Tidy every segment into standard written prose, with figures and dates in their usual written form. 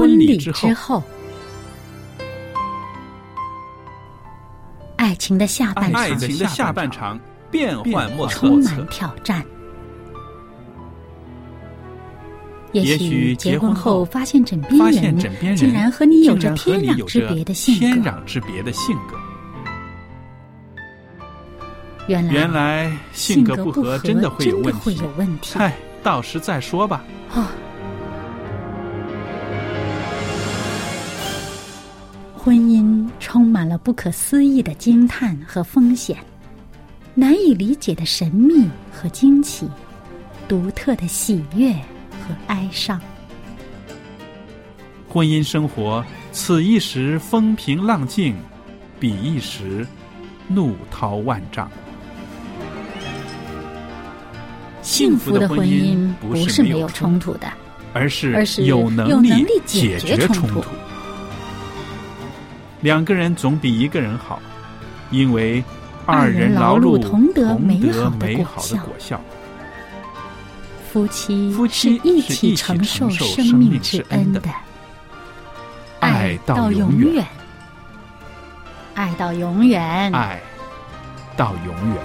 婚礼之后，爱情的下半场变幻莫测， 充满挑战。也许结婚后发现枕边人竟然和你有着天壤之别的性格。 原来性格不合真的会有问题。嗨，到时再说吧。 婚姻充满了不可思议的惊叹和风险，难以理解的神秘和惊奇，独特的喜悦和哀伤。 婚姻生活此一时风平浪静，彼一时怒涛万丈。 幸福的婚姻不是没有冲突的， 而是有能力解决冲突。两个人总比一个人好，因为二人劳碌同得美好的果效。 夫妻是一起承受生命之恩的，爱到永远，爱到永远， 爱到永远。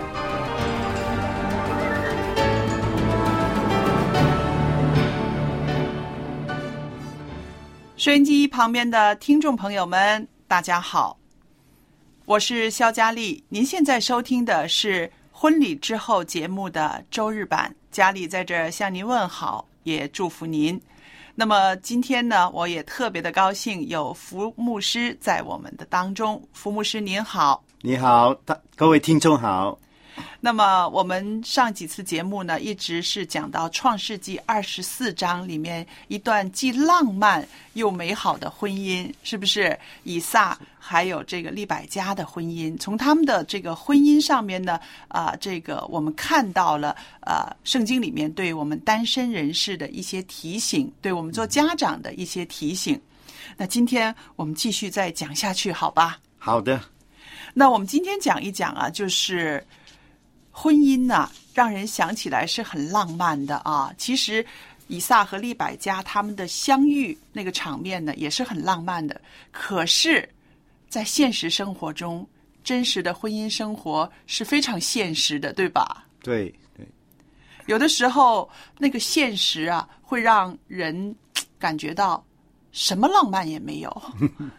收音机旁边的听众朋友们，大家好，我是肖佳丽。您现在收听的是婚礼之后节目的周日版，佳丽在这儿向您问好，也祝福您。那么今天呢，我也特别的高兴有福牧师在我们的当中。福牧师您好。 你好，各位听众好。 那么我们上几次节目呢，一直是讲到创世纪24章里面一段既浪漫又美好的婚姻，是不是？以撒还有这个利百加的婚姻，从他们的这个婚姻上面呢，这个我们看到了圣经里面对我们单身人士的一些提醒，对我们做家长的一些提醒。那今天我们继续再讲下去，好吧？ 好的。 那我们今天讲一讲啊，就是婚姻呢，让人想起来是很浪漫的啊。其实以撒和利百加他们的相遇那个场面呢，也是很浪漫的。可是在现实生活中，真实的婚姻生活是非常现实的，对吧？ 对对。 有的时候那个现实啊，会让人感觉到什么浪漫也没有。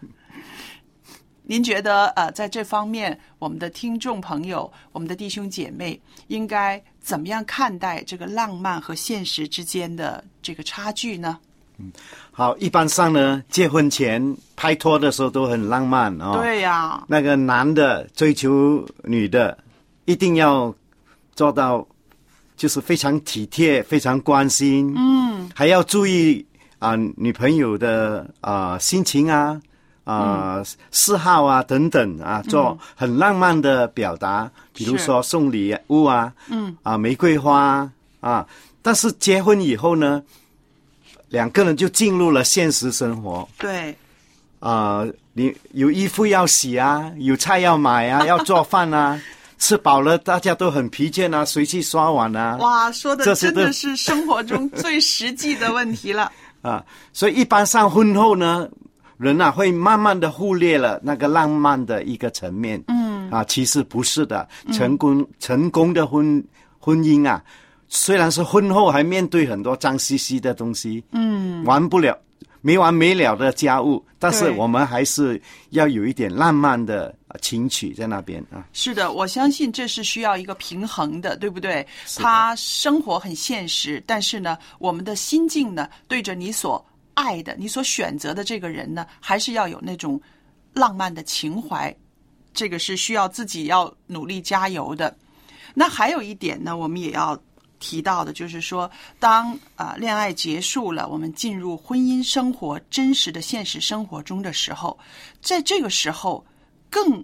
您觉得在这方面，我们的听众朋友，我们的弟兄姐妹应该怎么样看待这个浪漫和现实之间的这个差距呢？ 好，一般上呢，结婚前拍拖的时候都很浪漫哦。 对呀。那个男的追求女的，一定要做到，就是非常体贴，非常关心。还要注意女朋友的心情啊。嗜好啊等等啊，做很浪漫的表达，比如说送礼物啊，玫瑰花啊。但是结婚以后呢，两个人就进入了现实生活。 对。 你有衣服要洗啊，有菜要买啊，要做饭啊，吃饱了大家都很疲倦啊，谁去刷碗啊？ 哇，说的真的是生活中最实际的问题了。 所以一般上婚后呢，人会慢慢的忽略了那个浪漫的一个层面。其实不是的。成功的婚姻啊，虽然是婚后还面对很多脏兮兮的东西，没完没了的家务，但是我们还是要有一点浪漫的情趣在那边啊。 是的，我相信这是需要一个平衡的，对不对？他生活很现实，但是呢，我们的心境呢，对着你所爱的，你所选择的这个人呢，还是要有那种浪漫的情怀，这个是需要自己要努力加油的。那还有一点呢，我们也要提到的，就是说，当恋爱结束了，我们进入婚姻生活真实的现实生活中的时候，在这个时候更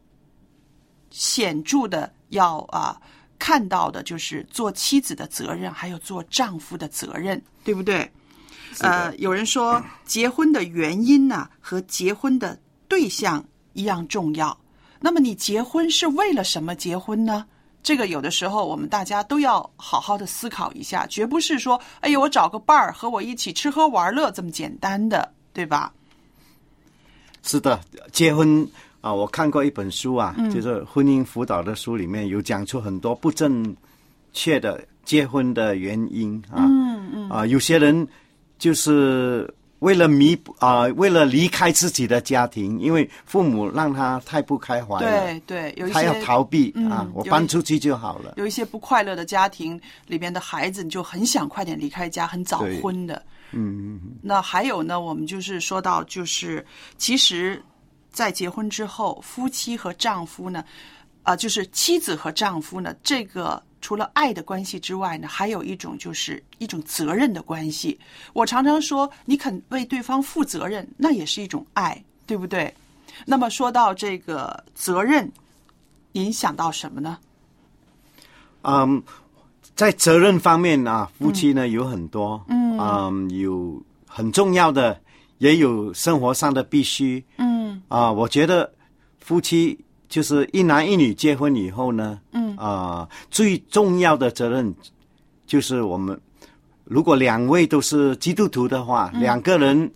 显著的要看到的就是做妻子的责任，还有做丈夫的责任，对不对？有人说结婚的原因呢，和结婚的对象一样重要。那么你结婚是为了什么结婚呢？这个有的时候我们大家都要好好的思考一下，绝不是说哎呀我找个伴儿和我一起吃喝玩乐这么简单的对吧？ 是的，结婚我看过一本书就是婚姻辅导的书，里面有讲出很多不正确的结婚的原因有些人就是为了离开自己的家庭，因为父母让他太不开怀了， 对，有一些他要逃避我搬出去就好了。 有一些不快乐的家庭里边的孩子，你就很想快点离开家，很早婚的。那还有呢，我们就是说到，就是其实在结婚之后，夫妻和丈夫呢就是妻子和丈夫呢，这个除了爱的关系之外呢，还有一种就是一种责任的关系。我常常说，你肯为对方负责任，那也是一种爱，对不对？那么说到这个责任，您想到什么呢？ 在责任方面夫妻呢有很多，有很重要的，也有生活上的必须。我觉得夫妻就是一男一女结婚以后呢，最重要的责任就是我们如果两位都是基督徒的话，两个人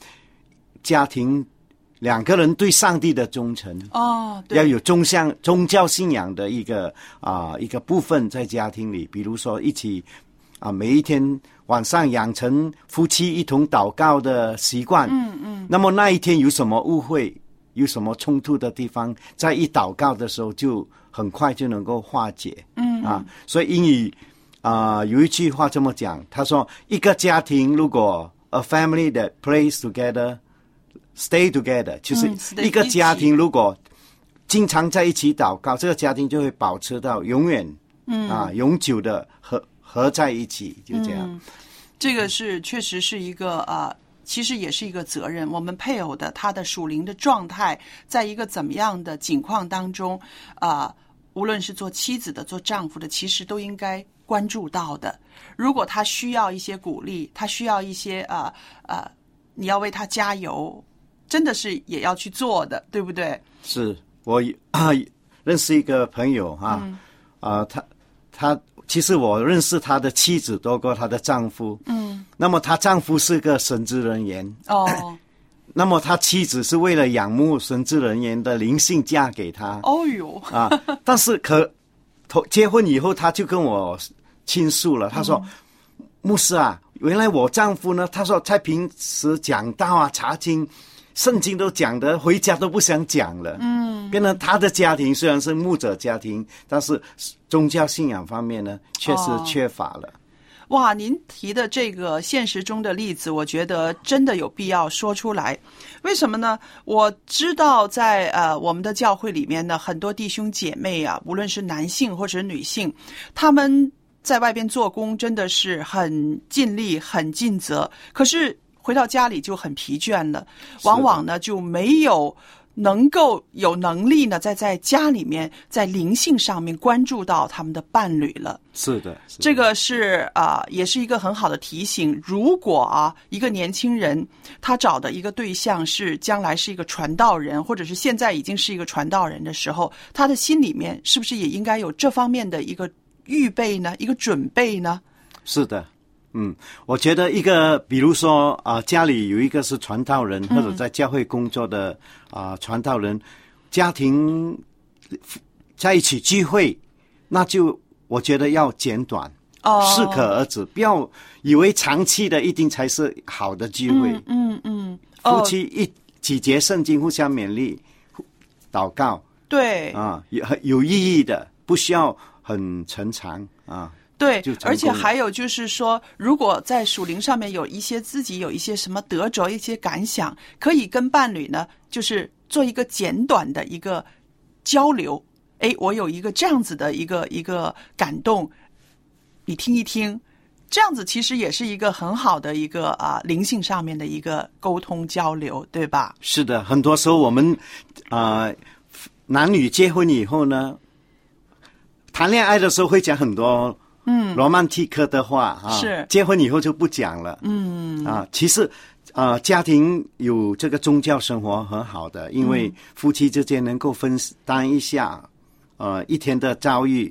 对上帝的忠诚要有宗教信仰的一个部分在家庭里，比如说一起每一天晚上养成夫妻一同祷告的习惯。那么那一天有什么误会，有什么冲突的地方，在一祷告的时候就很快就能够化解。所以英语有一句话这么讲，他说一个家庭如果 a family that prays together stay together， 就是一个家庭如果经常在一起祷告，这个家庭就会保持到永远永久的合在一起，就这样。 这个确实是一个其实也是一个责任。我们配偶的他的属灵的状态，在一个怎么样的境况当中无论是做妻子的做丈夫的，其实都应该关注到的。如果他需要一些鼓励，他需要一些你要为他加油，真的是也要去做的，对不对？是我认识一个朋友他其实我认识他的妻子多过他的丈夫。那么他丈夫是个神职人员那么他妻子是为了仰慕神职人员的灵性嫁给他。但是结婚以后他就跟我倾诉了，他说牧师原来我丈夫呢，他说在平时讲道查经圣经都讲的回家都不想讲了。变成他的家庭虽然是牧者家庭，但是宗教信仰方面呢确实缺乏了。 哇，您提的这个现实中的例子，我觉得真的有必要说出来。为什么呢？我知道在我们的教会里面呢，很多弟兄姐妹无论是男性或者女性，他们在外边做工真的是很尽力很尽责，可是回到家里就很疲倦了，往往呢就没有能够有能力呢在家里面在灵性上面关注到他们的伴侣了。 是的， 这个是也是一个很好的提醒。如果一个年轻人他找的一个对象是将来是一个传道人，或者是现在已经是一个传道人的时候，他的心里面是不是也应该有这方面的一个预备呢，一个准备呢？ 是的。我觉得一个比如说家里有一个是传道人，或者在教会工作的传道人，家庭在一起聚会，那就我觉得要简短，适可而止，不要以为长期的一定才是好的聚会。夫妻一起结圣经，互相勉励，祷告， 对有意义的，不需要很沉长对，而且还有就是说，如果在属灵上面有一些自己有一些什么得着一些感想，可以跟伴侣呢就是做一个简短的一个交流。我有一个这样子的一个感动，你听一听，这样子其实也是一个很好的一个灵性上面的一个沟通交流，对吧？ 是的，很多时候我们男女结婚以后呢，谈恋爱的时候会讲很多romantic 的话是结婚以后就不讲了。其实家庭有这个宗教生活很好的，因为夫妻之间能够分担一下一天的遭遇，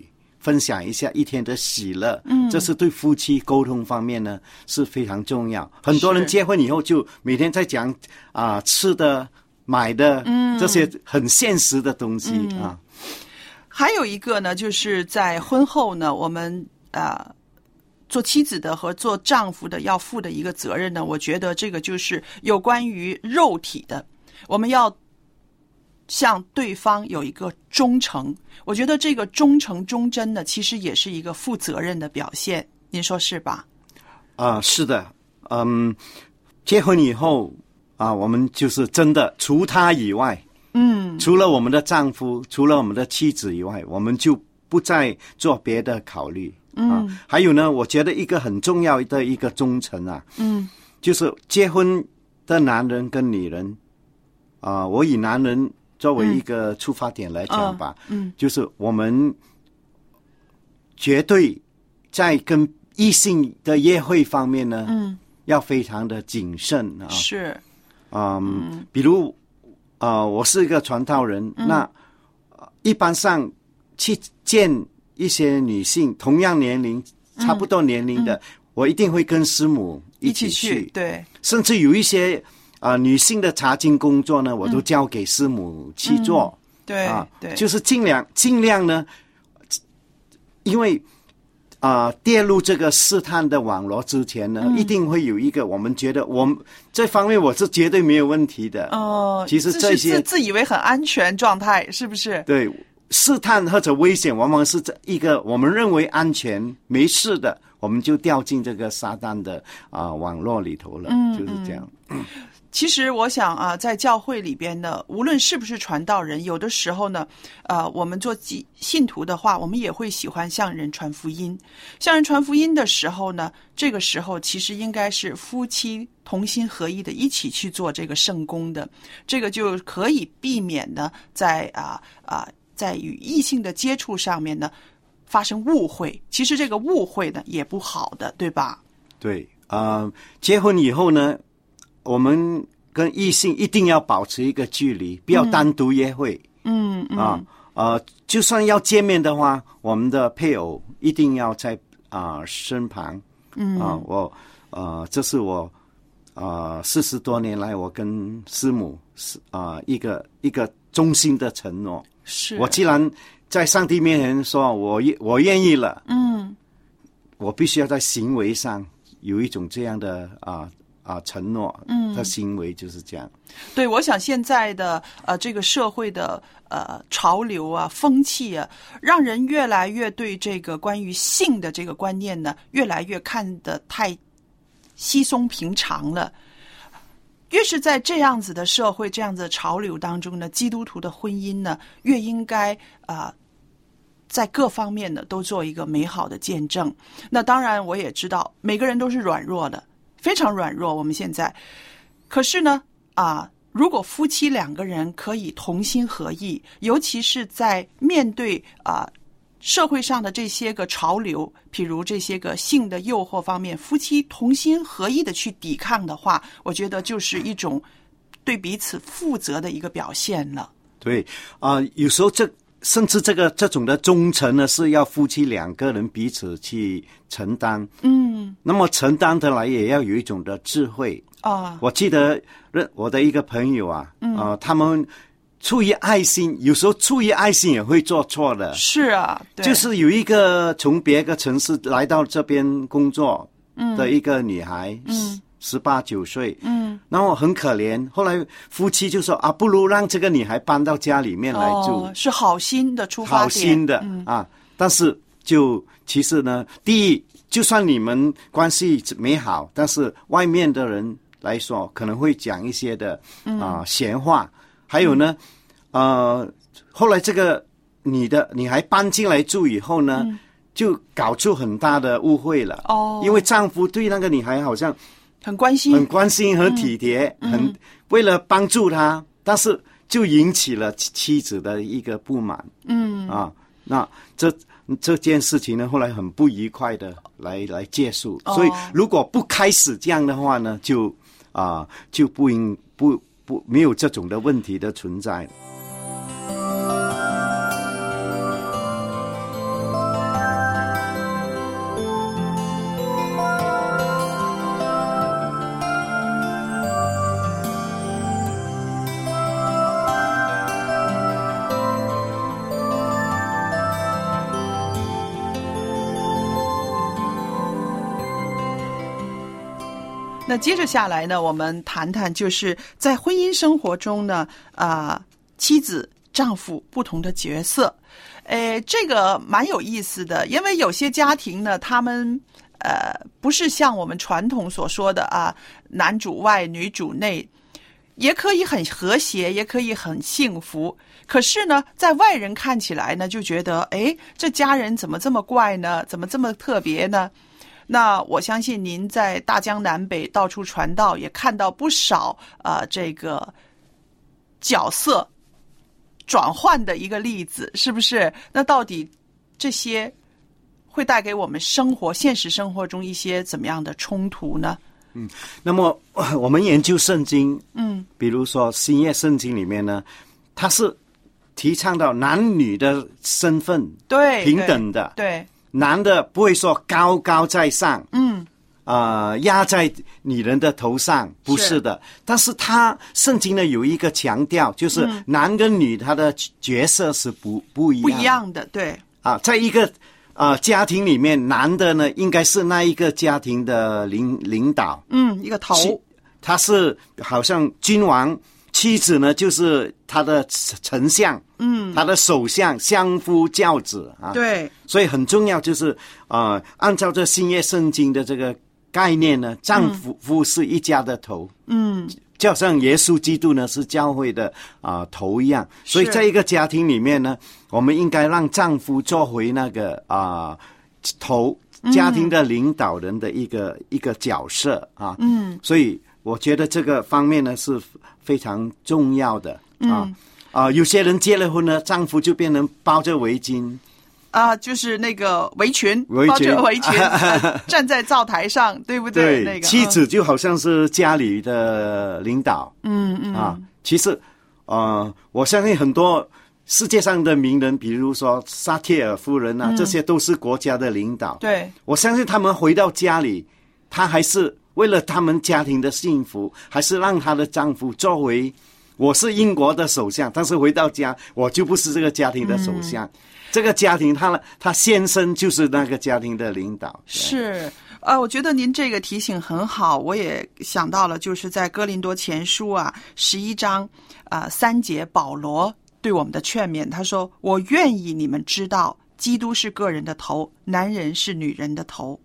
分享一下一天的喜乐，这是对夫妻沟通方面呢是非常重要。很多人结婚以后就每天在讲吃的买的，这些很现实的东西啊。 还有一个呢，就是在婚后呢，我们做妻子的和做丈夫的要负的一个责任呢，我觉得这个就是有关于肉体的，我们要向对方有一个忠诚。我觉得这个忠诚忠贞呢，其实也是一个负责任的表现，您说是吧？ 是的，结婚以后我们就是真的除他以外，除了我们的丈夫，除了我们的妻子以外，我们就不再做别的考虑。还有呢，我觉得一个很重要的一个忠诚就是结婚的男人跟女人我以男人作为一个出发点来讲吧，就是我们绝对在跟异性的约会方面呢，要非常的谨慎是， 比如我是一个传道人，那一般上去见一些女性同样年龄差不多年龄的，我一定会跟师母一起去， 对， 甚至有一些女性的查经工作呢，我都交给师母去做， 对对， 就是尽量呢，因为跌入这个试探的网络之前呢，一定会有一个我们觉得我们这方面我是绝对没有问题的其实这些自以为很安全状态，是不是？ 对，试探或者危险往往是一个我们认为安全没事的，我们就掉进这个撒旦的网络里头了，就是这样。 其实我想在教会里边呢，无论是不是传道人，有的时候呢，我们做信徒的话，我们也会喜欢向人传福音。向人传福音的时候呢，这个时候其实应该是夫妻同心合意的一起去做这个圣工的，这个就可以避免呢，在与异性的接触上面呢发生误会。其实这个误会呢也不好的，对吧？对， 结婚以后呢，我们跟异性一定要保持一个距离，不要单独约会。就算要见面的话，我们的配偶一定要在身旁。这是我40多年来我跟师母一个衷心的承诺。是，我既然在上帝面前说我愿意了，我必须要在行为上有一种这样的承诺，的行为就是这样。 对，我想现在的这个社会的潮流风气让人越来越对这个关于性的这个观念呢，越来越看得太稀松平常了。越是在这样子的社会、这样子的潮流当中呢，基督徒的婚姻呢，越应该在各方面呢都做一个美好的见证。那当然，我也知道每个人都是软弱的，非常软弱。我们现在，可是呢，如果夫妻两个人可以同心合意，尤其是在面对社会上的这些个潮流，譬如这些个性的诱惑方面，夫妻同心合意的去抵抗的话，我觉得就是一种对彼此负责的一个表现了。 对，有时候甚至这种的忠诚呢，是要夫妻两个人彼此去承担。那么承担的来也要有一种的智慧。我记得我的一个朋友他们出于爱心，有时候出于爱心也会做错的。是啊，对，就是有一个从别个城市来到这边工作的一个女孩，18、19岁，然后很可怜。后来夫妻就说不如让这个女孩搬到家里面来住， 是好心的出发点， 好心的但是其实呢，第一，就算你们关系美好，但是外面的人来说可能会讲一些的闲话。还有呢，后来这个女孩搬进来住以后呢，就搞出很大的误会了。因为丈夫对那个女孩好像很关心、 很体贴，为了帮助她，但是就引起了妻子的一个不满。那这件事情呢，后来很不愉快的来结束。所以如果不开始这样的话呢，就没有这种的问题的存在。 那接着下来呢，我们谈谈就是在婚姻生活中呢，妻子、丈夫不同的角色。这个蛮有意思的，因为有些家庭呢，他们不是像我们传统所说的男主外女主内，也可以很和谐，也可以很幸福。可是呢，在外人看起来呢，就觉得这家人怎么这么怪呢？怎么这么特别呢？那我相信您在大江南北到处传道，也看到不少这个角色转换的一个例子，是不是？那到底这些会带给我们现实生活中一些怎么样的冲突呢？ 那么我们研究圣经，比如说新约圣经里面呢，它是提倡到男女的身份对平等的， 对， 男的不会说高高在上，压在女人的头上，不是的。但是圣经呢有一个强调，就是男跟女他的角色是不一样的， 对在一个家庭里面，男的呢应该是那一个家庭的领导， 一个头， 他是好像君王，妻子呢就是他的丞相，他的首相，相夫教子对， 所以很重要，就是按照这新约圣经的这个概念呢，丈夫是一家的头，就好像耶稣基督呢是教会的头一样。所以在一个家庭里面呢，我们应该让丈夫做回那个头，家庭的领导人的一个角色所以我觉得这个方面呢是非常重要的有些人结了婚呢，丈夫就变成包着围巾就是那个围裙，包着围裙站在灶台上，对不对？那个妻子就好像是家里的领导，其实我相信很多世界上的名人，比如说撒切尔夫人这些都是国家的领导。 对， 我相信他们回到家里，他还是为了他们家庭的幸福，还是让她的丈夫作为我是英国的首相，但是回到家我就不是这个家庭的首相。这个家庭他先生就是那个家庭的领导。 是我觉得您这个提醒很好，我也想到了，就是在哥林多前书11章3节，保罗对我们的劝勉，他说：我愿意你们知道，基督是个人的头，男人是女人的头，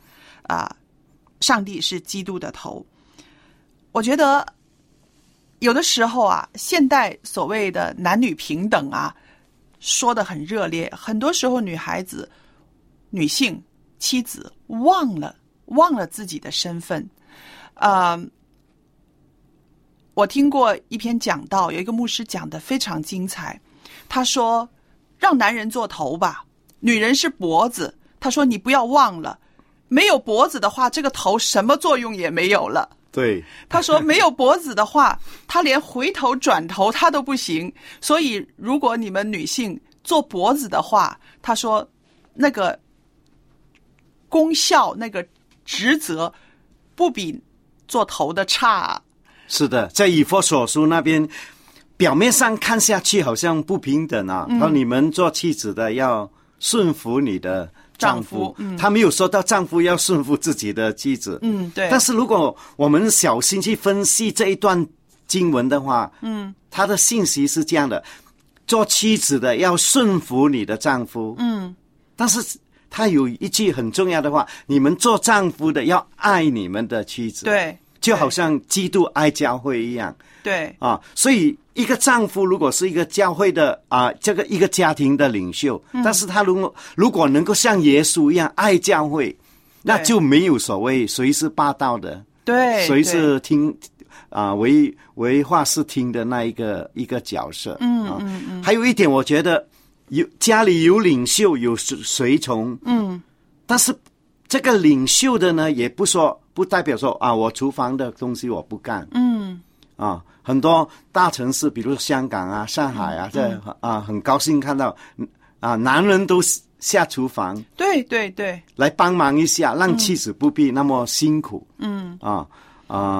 上帝是基督的头。我觉得有的时候现代所谓的男女平等说得很热烈，很多时候女性妻子忘了自己的身份。我听过一篇讲道，有一个牧师讲得非常精彩，他说让男人做头吧，女人是脖子，他说你不要忘了，没有脖子的话，这个头什么作用也没有了。 对， 他说没有脖子的话，他连回头转头他都不行。所以如果你们女性做脖子的话，他说那个功效，那个职责不比做头的差。 是的，在以弗所书那边，表面上看下去好像不平等然后你们做妻子的要顺服你的丈夫，他没有说到丈夫要顺服自己的妻子， 对。 但是如果我们小心去分析这一段经文的话，他的信息是这样的：做妻子的要顺服你的丈夫，但是他有一句很重要的话，你们做丈夫的要爱你们的妻子， 对， 就好像基督爱教会一样， 对所以一个丈夫如果是一个教会的这个一个家庭的领袖，但是他如果能够像耶稣一样爱教会，那就没有所谓谁是霸道的， 对， 谁是听为话是听的那一个角色。还有一点，我觉得家里有领袖有随从，但是这个领袖的呢，也不代表说我厨房的东西我不干，很多大城市，比如香港上海很高兴看到男人都下厨房， 对对对， 来帮忙一下，让妻子不必那么辛苦。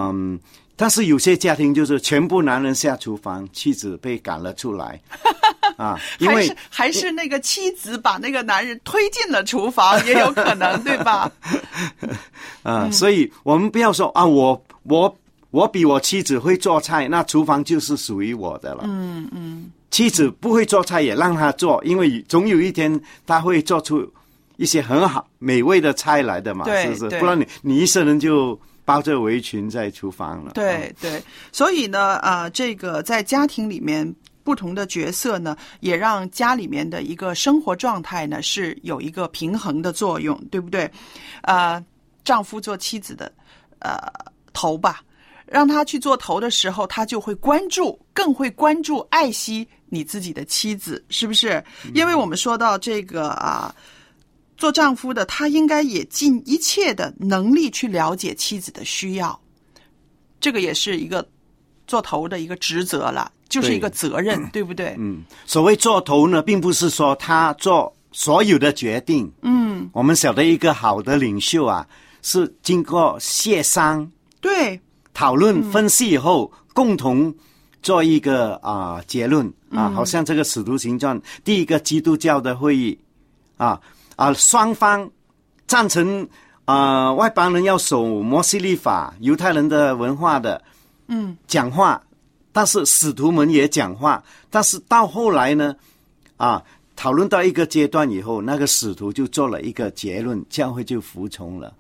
但是有些家庭就是全部男人下厨房，妻子被赶了出来因为还是那个妻子把那个男人推进了厨房，也有可能，对吧？ 所以我们不要说啊，我比我妻子会做菜，那厨房就是属于我的了。妻子不会做菜也让她做，因为总有一天她会做出一些很好美味的菜来的嘛，是不是？不然你一生人就包着围裙在厨房了。 对对，所以呢，这个在家庭里面不同的角色呢，也让家里面的一个生活状态呢是有一个平衡的作用，对不对？丈夫做妻子的头吧，让他去做头的时候，他就会更会关注爱惜你自己的妻子，是不是？因为我们说到这个做丈夫的他应该也尽一切的能力去了解妻子的需要，这个也是一个做头的一个职责了，就是一个责任， 对不对？ 所谓做头呢，并不是说他做所有的决定。我们晓得一个好的领袖是经过协商、 对讨论、分析以后，共同做一个结论好像这个使徒行传第一个基督教的会议双方赞成外邦人要守摩西律法，犹太人的文化的讲话，但是使徒们也讲话，但是到后来呢讨论到一个阶段以后，那个使徒就做了一个结论，教会就服从了。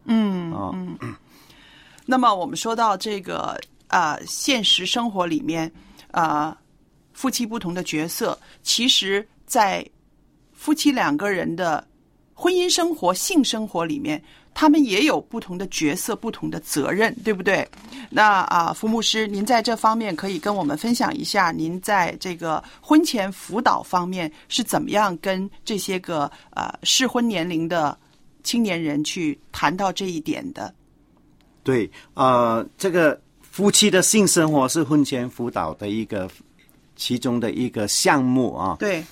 那么我们说到这个现实生活里面夫妻不同的角色，其实在夫妻两个人的婚姻生活、性生活里面，他们也有不同的角色、不同的责任，对不对？那福牧师，您在这方面可以跟我们分享一下，您在这个婚前辅导方面是怎么样跟这些个适婚年龄的青年人去谈到这一点的？ 对，这个夫妻的性生活是婚前辅导的其中的一个项目对，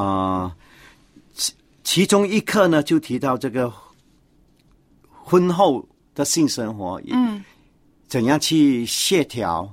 其中一课呢就提到这个婚后的性生活，怎样去协调，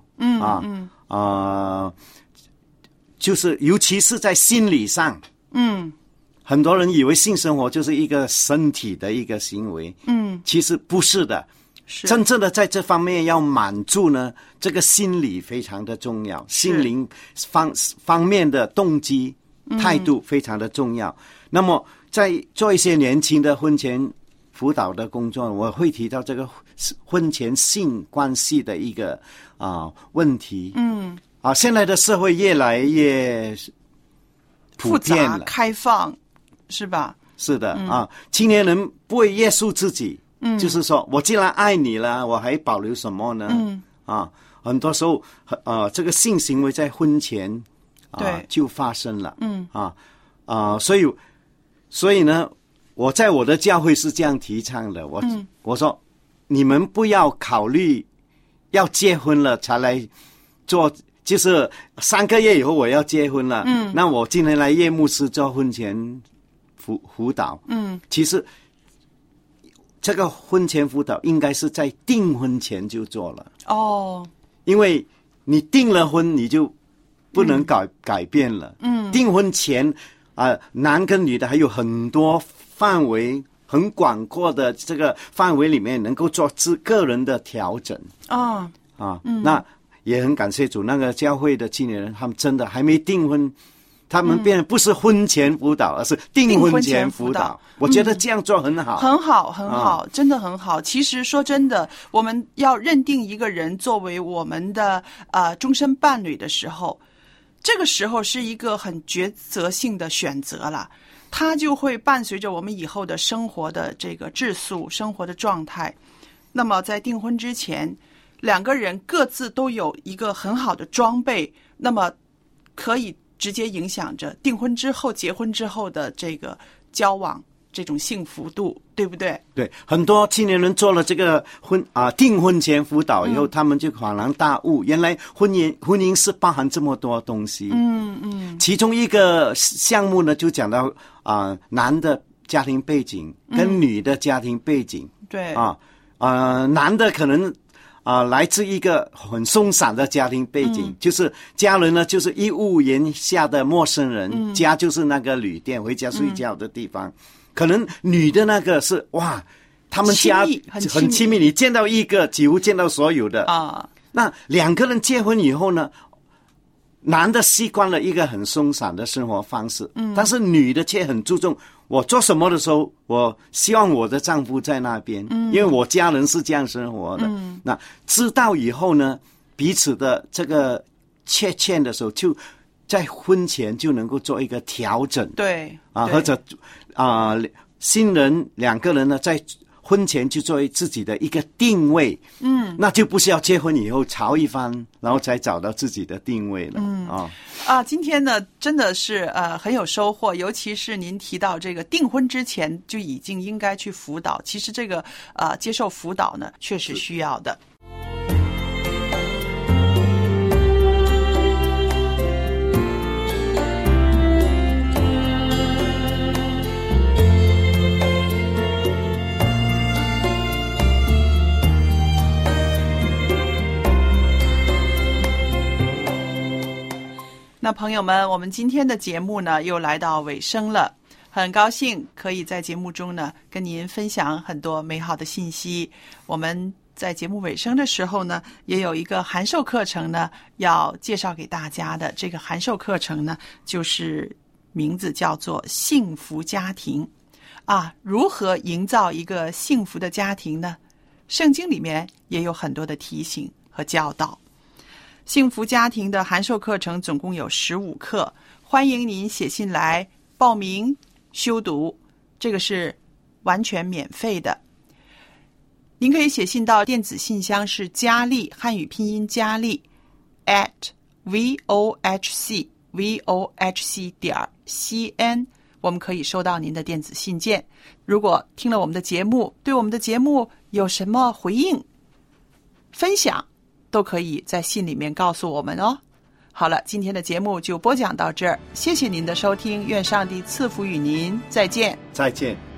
就是尤其是在心理上，很多人以为性生活就是一个身体的一个行为，其实不是的。真正的在这方面要满足呢，这个心理非常的重要，心灵方面的动机、态度非常的重要。那么在做一些年轻的婚前辅导的工作，我会提到这个婚前性关系的一个问题。现在的社会越来越普遍了， 复杂开放，是吧？ 是的青年人不会约束自己。就是说我既然爱你了，我还保留什么呢？很多时候这个性行为在婚前就发生了。所以呢，我在我的教会是这样提倡的。我说你们不要考虑要结婚了才来做，就是3个月以后我要结婚了，那我今天来叶牧师做婚前辅导。其实这个婚前辅导应该是在订婚前就做了。因为你订了婚，你就不能改变了。订婚前男跟女的还有很多范围很广阔的这个范围里面能够做个人的调整。那也很感谢主，那个教会的青年人他们真的还没订婚，他们变不是婚前辅导，而是订婚前辅导。我觉得这样做很好， 很好，很好，真的很好。其实说真的，我们要认定一个人作为我们的终身伴侣的时候，这个时候是一个很抉择性的选择了，它就会伴随着我们以后的生活的这个质素、生活的状态。那么在订婚之前，两个人各自都有一个很好的装备，那么可以直接影响着订婚之后、结婚之后的这个交往这种幸福度，对不对？对， 很多青年人做了这个订婚前辅导以后，他们就恍然大悟，原来婚姻是包含这么多东西。其中一个项目呢，就讲到男的家庭背景跟女的家庭背景。对男的可能来自一个很松散的家庭背景，就是家人呢就是一屋檐下的陌生人，家就是那个旅店，回家睡觉的地方。可能女的那个是哇，他们家很亲密，你见到一个几乎见到所有的啊。那两个人结婚以后呢，男的习惯了一个很松散的生活方式，但是女的却很注重，我做什么的时候，我希望我的丈夫在那边，因为我家人是这样生活的。那知道以后呢，彼此的这个缺欠的时候，就在婚前就能够做一个调整。 对或者新人两个人呢，在婚前就作为自己的一个定位，那就不是要结婚以后吵一番，然后才找到自己的定位了。 今天呢真的是很有收获，尤其是您提到这个订婚之前就已经应该去辅导，其实这个接受辅导呢确实需要的。那朋友们，我们今天的节目呢又来到尾声了，很高兴可以在节目中呢跟您分享很多美好的信息。我们在节目尾声的时候呢，也有一个函授课程呢要介绍给大家的。这个函授课程呢，就是名字叫做幸福家庭如何营造一个幸福的家庭呢？圣经里面也有很多的提醒和教导。幸福家庭的函授课程总共有15课，欢迎您写信来报名修读，这个是完全免费的。您可以写信到电子信箱是佳丽，汉语拼音佳丽 @vohc.cn， 我们可以收到您的电子信件。如果听了我们的节目，对我们的节目有什么回应分享，都可以在信里面告诉我们哦。好了，今天的节目就播讲到这儿，谢谢您的收听，愿上帝赐福与您，再见。 再见。